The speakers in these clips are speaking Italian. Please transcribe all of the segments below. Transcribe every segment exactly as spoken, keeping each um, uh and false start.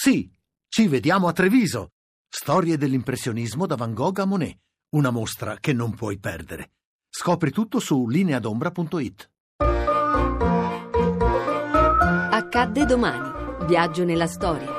Sì, ci vediamo a Treviso. Storie dell'impressionismo da Van Gogh a Monet. Una mostra che non puoi perdere. Scopri tutto su lineadombra punto it. Accadde domani. Viaggio nella storia.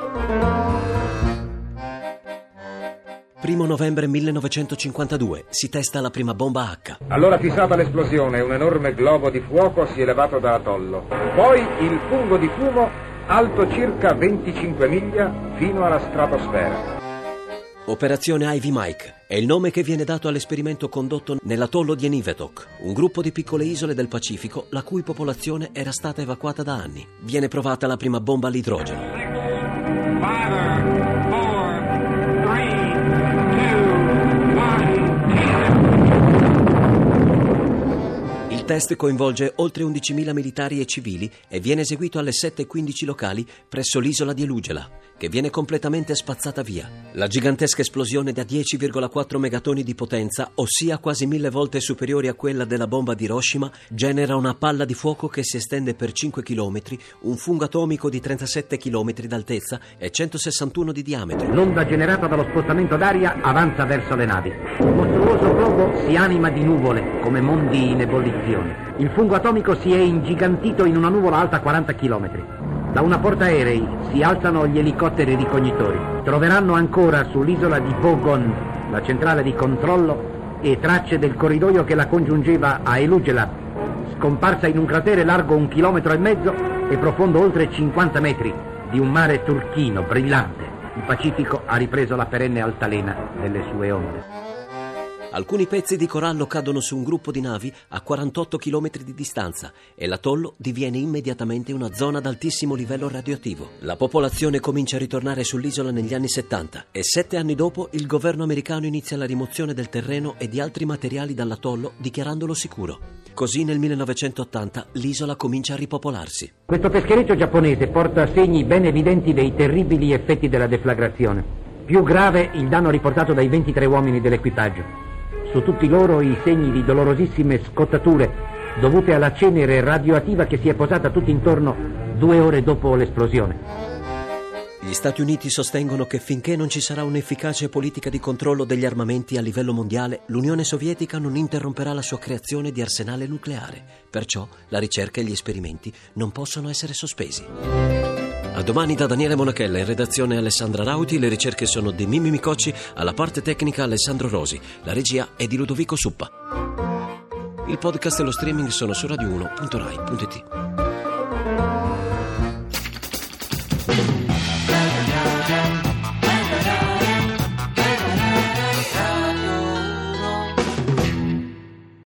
Primo novembre millenovecentocinquantadue. Si testa la prima bomba H. Allora fissata l'esplosione, un enorme globo di fuoco si è levato dall'atollo. Poi il fungo di fumo, alto circa venticinque miglia, fino alla stratosfera. Operazione Ivy Mike è il nome che viene dato all'esperimento condotto nell'atollo di Eniwetok, un gruppo di piccole isole del Pacifico la cui popolazione era stata evacuata da anni. Viene provata la prima bomba all'idrogeno. Il test coinvolge oltre undicimila militari e civili e viene eseguito alle sette e quindici locali presso l'isola di Elugela, che viene completamente spazzata via. La gigantesca esplosione da dieci virgola quattro megatoni di potenza, ossia quasi mille volte superiori a quella della bomba di Hiroshima, genera una palla di fuoco che si estende per cinque chilometri, un fungo atomico di trentasette chilometri d'altezza e centosessantuno di diametro. L'onda generata dallo spostamento d'aria avanza verso le navi. Il mostruoso globo si anima di nuvole, come mondi in ebollizione. Il fungo atomico si è ingigantito in una nuvola alta quaranta chilometri. Da una portaerei si alzano gli elicotteri ricognitori. Troveranno ancora sull'isola di Bogon la centrale di controllo e tracce del corridoio che la congiungeva a Elugela, scomparsa in un cratere largo un chilometro e mezzo e profondo oltre cinquanta metri, di un mare turchino brillante. Il Pacifico ha ripreso la perenne altalena delle sue onde. Alcuni pezzi di corallo cadono su un gruppo di navi a quarantotto chilometri di distanza e l'atollo diviene immediatamente una zona ad altissimo livello radioattivo. La popolazione comincia a ritornare sull'isola negli anni settanta e sette anni dopo il governo americano inizia la rimozione del terreno e di altri materiali dall'atollo dichiarandolo sicuro. Così nel millenovecentottanta l'isola comincia a ripopolarsi. Questo peschereccio giapponese porta segni ben evidenti dei terribili effetti della deflagrazione. Più grave il danno riportato dai ventitré uomini dell'equipaggio. Su tutti loro i segni di dolorosissime scottature dovute alla cenere radioattiva che si è posata tutto intorno due ore dopo l'esplosione. Gli Stati Uniti sostengono che finché non ci sarà un'efficace politica di controllo degli armamenti a livello mondiale, l'Unione Sovietica non interromperà la sua creazione di arsenale nucleare. Perciò la ricerca e gli esperimenti non possono essere sospesi. A domani da Daniele Monachella, in redazione Alessandra Rauti, le ricerche sono di Mimmi Micocci, alla parte tecnica Alessandro Rosi, la regia è di Ludovico Suppa. Il podcast e lo streaming sono su radio uno punto rai punto it.